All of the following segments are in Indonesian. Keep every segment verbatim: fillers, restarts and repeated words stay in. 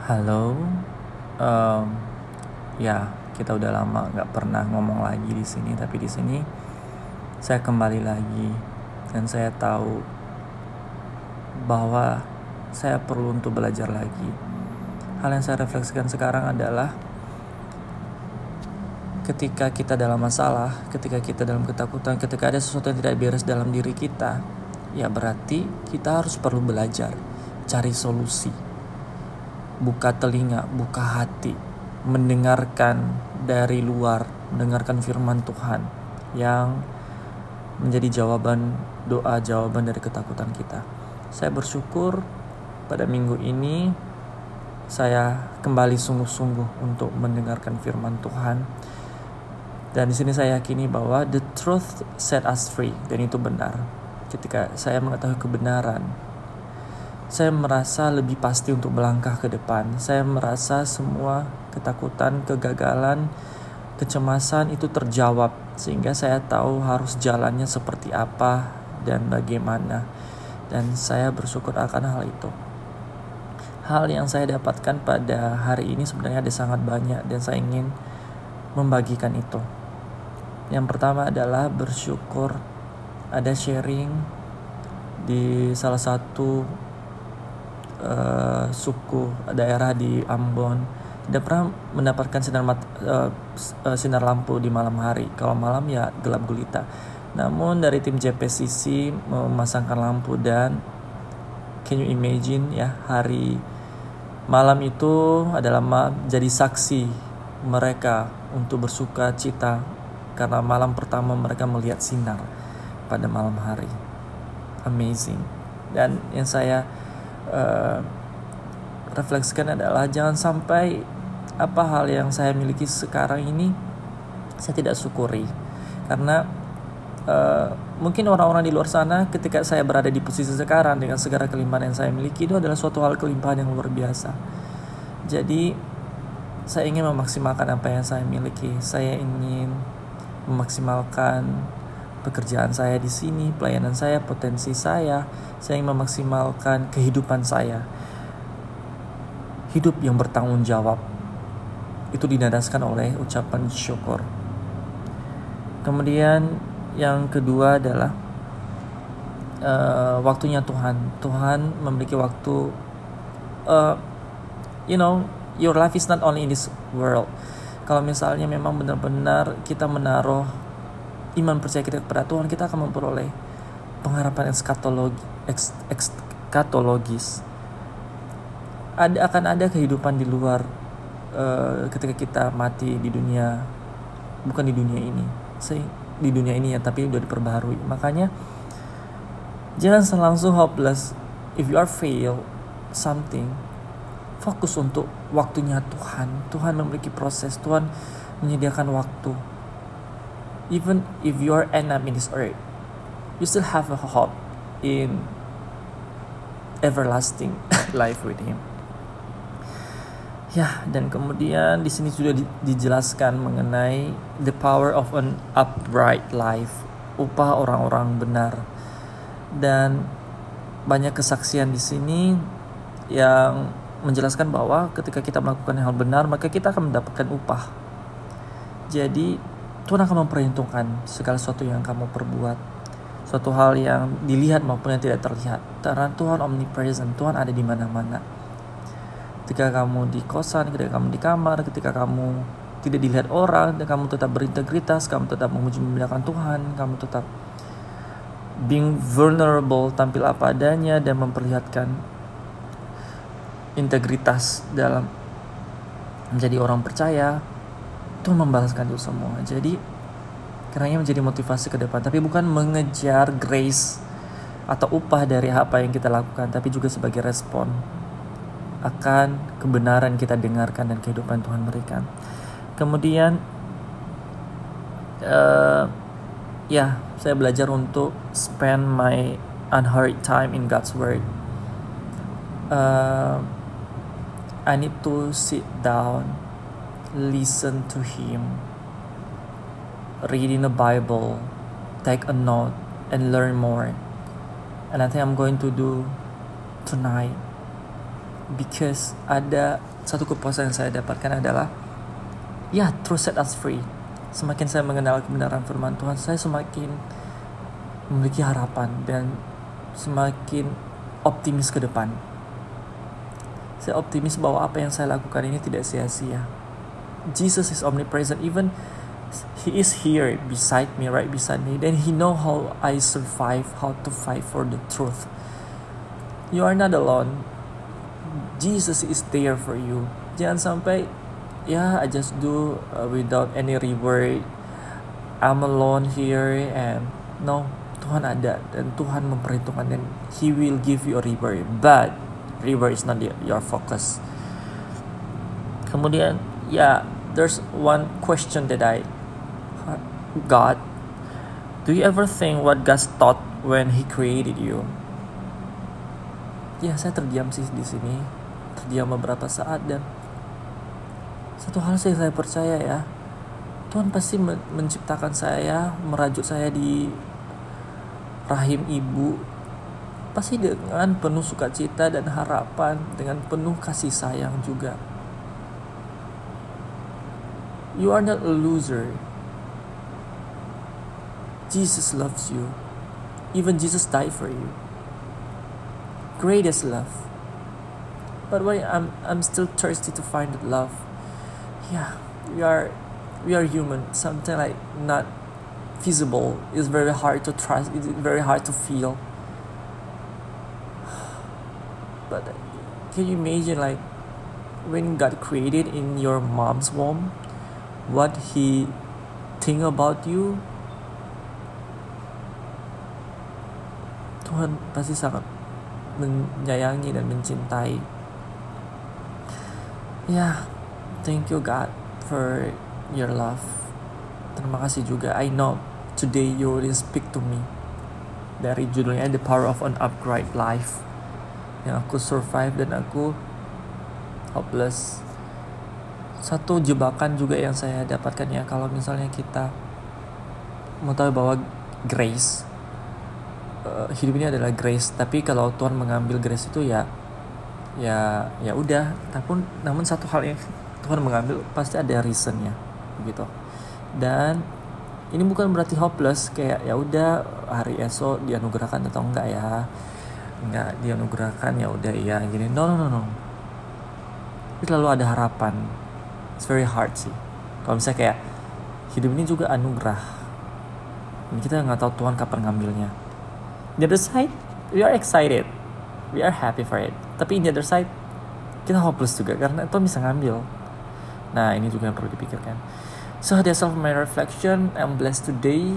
Halo, Em, ya kita udah lama nggak pernah ngomong lagi di sini, tapi di sini saya kembali lagi dan saya tahu bahwa saya perlu untuk belajar lagi. Hal yang saya refleksikan sekarang adalah ketika kita dalam masalah, ketika kita dalam ketakutan, ketika ada sesuatu yang tidak beres dalam diri kita, ya berarti kita harus perlu belajar, cari solusi, buka telinga, buka hati, mendengarkan dari luar, mendengarkan firman Tuhan yang menjadi jawaban doa, jawaban dari ketakutan kita. Saya bersyukur pada minggu ini saya kembali sungguh-sungguh untuk mendengarkan firman Tuhan. Dan di sini saya yakini bahwa the truth set us free, dan itu benar. Ketika saya mengetahui kebenaran, saya merasa lebih pasti untuk melangkah ke depan. Saya merasa semua ketakutan, kegagalan, kecemasan itu terjawab, sehingga saya tahu harus jalannya seperti apa dan bagaimana. Dan saya bersyukur akan hal itu. Hal yang saya dapatkan pada hari ini sebenarnya ada sangat banyak, dan saya ingin membagikan itu. Yang pertama adalah bersyukur ada sharing di salah satu uh, suku daerah di Ambon. Tidak pernah mendapatkan sinar, mat, uh, sinar lampu di malam hari. Kalau malam ya gelap gulita. Namun dari tim J P C C memasangkan lampu, dan can you imagine ya, hari malam itu adalah ma- jadi saksi mereka untuk bersuka cita karena malam pertama mereka melihat sinar pada malam hari. Amazing. Dan yang saya uh, refleksikan adalah jangan sampai apa hal yang saya miliki sekarang ini saya tidak syukuri, karena uh, mungkin orang-orang di luar sana ketika saya berada di posisi sekarang dengan segala kelimpahan yang saya miliki, itu adalah suatu hal kelimpahan yang luar biasa. Jadi saya ingin memaksimalkan apa yang saya miliki. Saya ingin memaksimalkan pekerjaan saya di sini, pelayanan saya, potensi saya. Saya ingin memaksimalkan kehidupan saya. Hidup yang bertanggung jawab itu dinadaskan oleh ucapan syukur. Kemudian yang kedua adalah uh, waktunya Tuhan. Tuhan memiliki waktu. Uh, you know, your life is not only in this world. Kalau misalnya memang benar-benar kita menaruh iman percaya kita kepada Tuhan, kita akan memperoleh pengharapan eskatologi, eks, ekskatologis. Ada akan ada kehidupan di luar uh, ketika kita mati di dunia, bukan di dunia ini, Se- di dunia ini ya, tapi udah diperbaharui. Makanya jangan langsung hopeless. If you are fail something, fokus untuk waktunya Tuhan. Tuhan memiliki proses. Tuhan menyediakan waktu. Even if you are end up in this earth, you still have a hope in everlasting life with Him. Ya, dan kemudian di sini sudah di, dijelaskan mengenai the power of an upright life, upah orang-orang benar. Dan banyak kesaksian di sini yang menjelaskan bahwa ketika kita melakukan hal benar, maka kita akan mendapatkan upah. Jadi Tuhan akan memperhitungkan segala sesuatu yang kamu perbuat, suatu hal yang dilihat maupun yang tidak terlihat. Karena Tuhan omnipresent, Tuhan ada di mana-mana. Ketika kamu di kosan, ketika kamu di kamar, ketika kamu tidak dilihat orang, dan kamu tetap berintegritas, kamu tetap memuji memuliakan Tuhan, kamu tetap being vulnerable, tampil apa adanya, dan memperlihatkan integritas dalam menjadi orang percaya, Tuhan membalaskan itu semua. Jadi kiranya menjadi motivasi ke depan, tapi bukan mengejar grace atau upah dari apa yang kita lakukan, tapi juga sebagai respon akan kebenaran kita dengarkan dan kehidupan Tuhan berikan. Kemudian uh, ya saya belajar untuk spend my unhurried time in God's Word. uh, I need to sit down, listen to Him, reading the Bible, take a note, and learn more. And I think I'm going to do tonight. Because ada satu kepuasan yang saya dapatkan adalah, ya, truth set us free. Semakin saya mengenal kebenaran firman Tuhan, saya semakin memiliki harapan dan semakin optimis ke depan. Saya optimis bahwa apa yang saya lakukan ini tidak sia-sia. Jesus is omnipresent. Even He is here beside me, right beside me. Then He know how I survive, how to fight for the truth. You are not alone. Jesus is there for you. Jangan sampai, ya, I just do uh, without any reward. I'm alone here and no, Tuhan ada dan Tuhan memperhitungkan dan He will give you a reward. But reward is not your focus. Kemudian, ya, there's one question that I God, do you ever think what God thought when He created you? Ya, saya terdiam sih di sini, terdiam beberapa saat, dan satu hal sih saya percaya, ya, Tuhan pasti men- menciptakan saya, merajuk saya di rahim ibu, pasti dengan penuh sukacita dan harapan, dengan penuh kasih sayang juga. You are not a loser. Jesus loves you. Even Jesus died for you. Greatest love. But why I'm I'm still thirsty to find that love. Yeah, we are we are human. Something like not feasible. It's very hard to trust. It's very hard to feel. But can you imagine, like, when God created in your mom's womb, what He think about you? Tuhan pasti sangat menyayangi dan mencintai. Ya, thank you God for your love. Terima kasih juga. I know today you will speak to me. Dari judulnya The Power of an Upright Life. Yang aku survive dan aku hopeless. Satu jebakan juga yang saya dapatkan, ya, kalau misalnya kita mau tahu bahwa grace, uh, hidup ini adalah grace, tapi kalau Tuhan mengambil grace itu, ya ya ya udah. Tapi namun satu hal yang Tuhan mengambil pasti ada reasonnya, begitu. Dan ini bukan berarti hopeless, kayak ya udah hari esok dianugerahkan atau enggak, ya enggak dianugerahkan, ya udah ya gini. No no no no. Itu selalu ada harapan. It's very hard sih. Kalau misalnya kayak hidup ini juga anugerah, ini kita nggak tahu Tuhan kapan ngambilnya. The other side, we are excited, we are happy for it. Tapi in the other side, kita hopeless juga karena Tuhan bisa ngambil. Nah, ini juga yang perlu dipikirkan. So that's all my reflection. I'm blessed today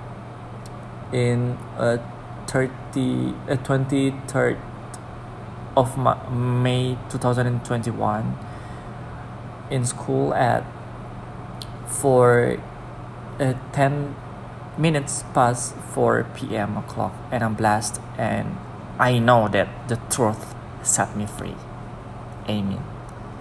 in uh, thirty, uh, twenty-third of May twenty twenty-one in school at for uh, ten minutes past four p.m. o'clock, and I'm blessed, and I know that the truth set me free. Amen.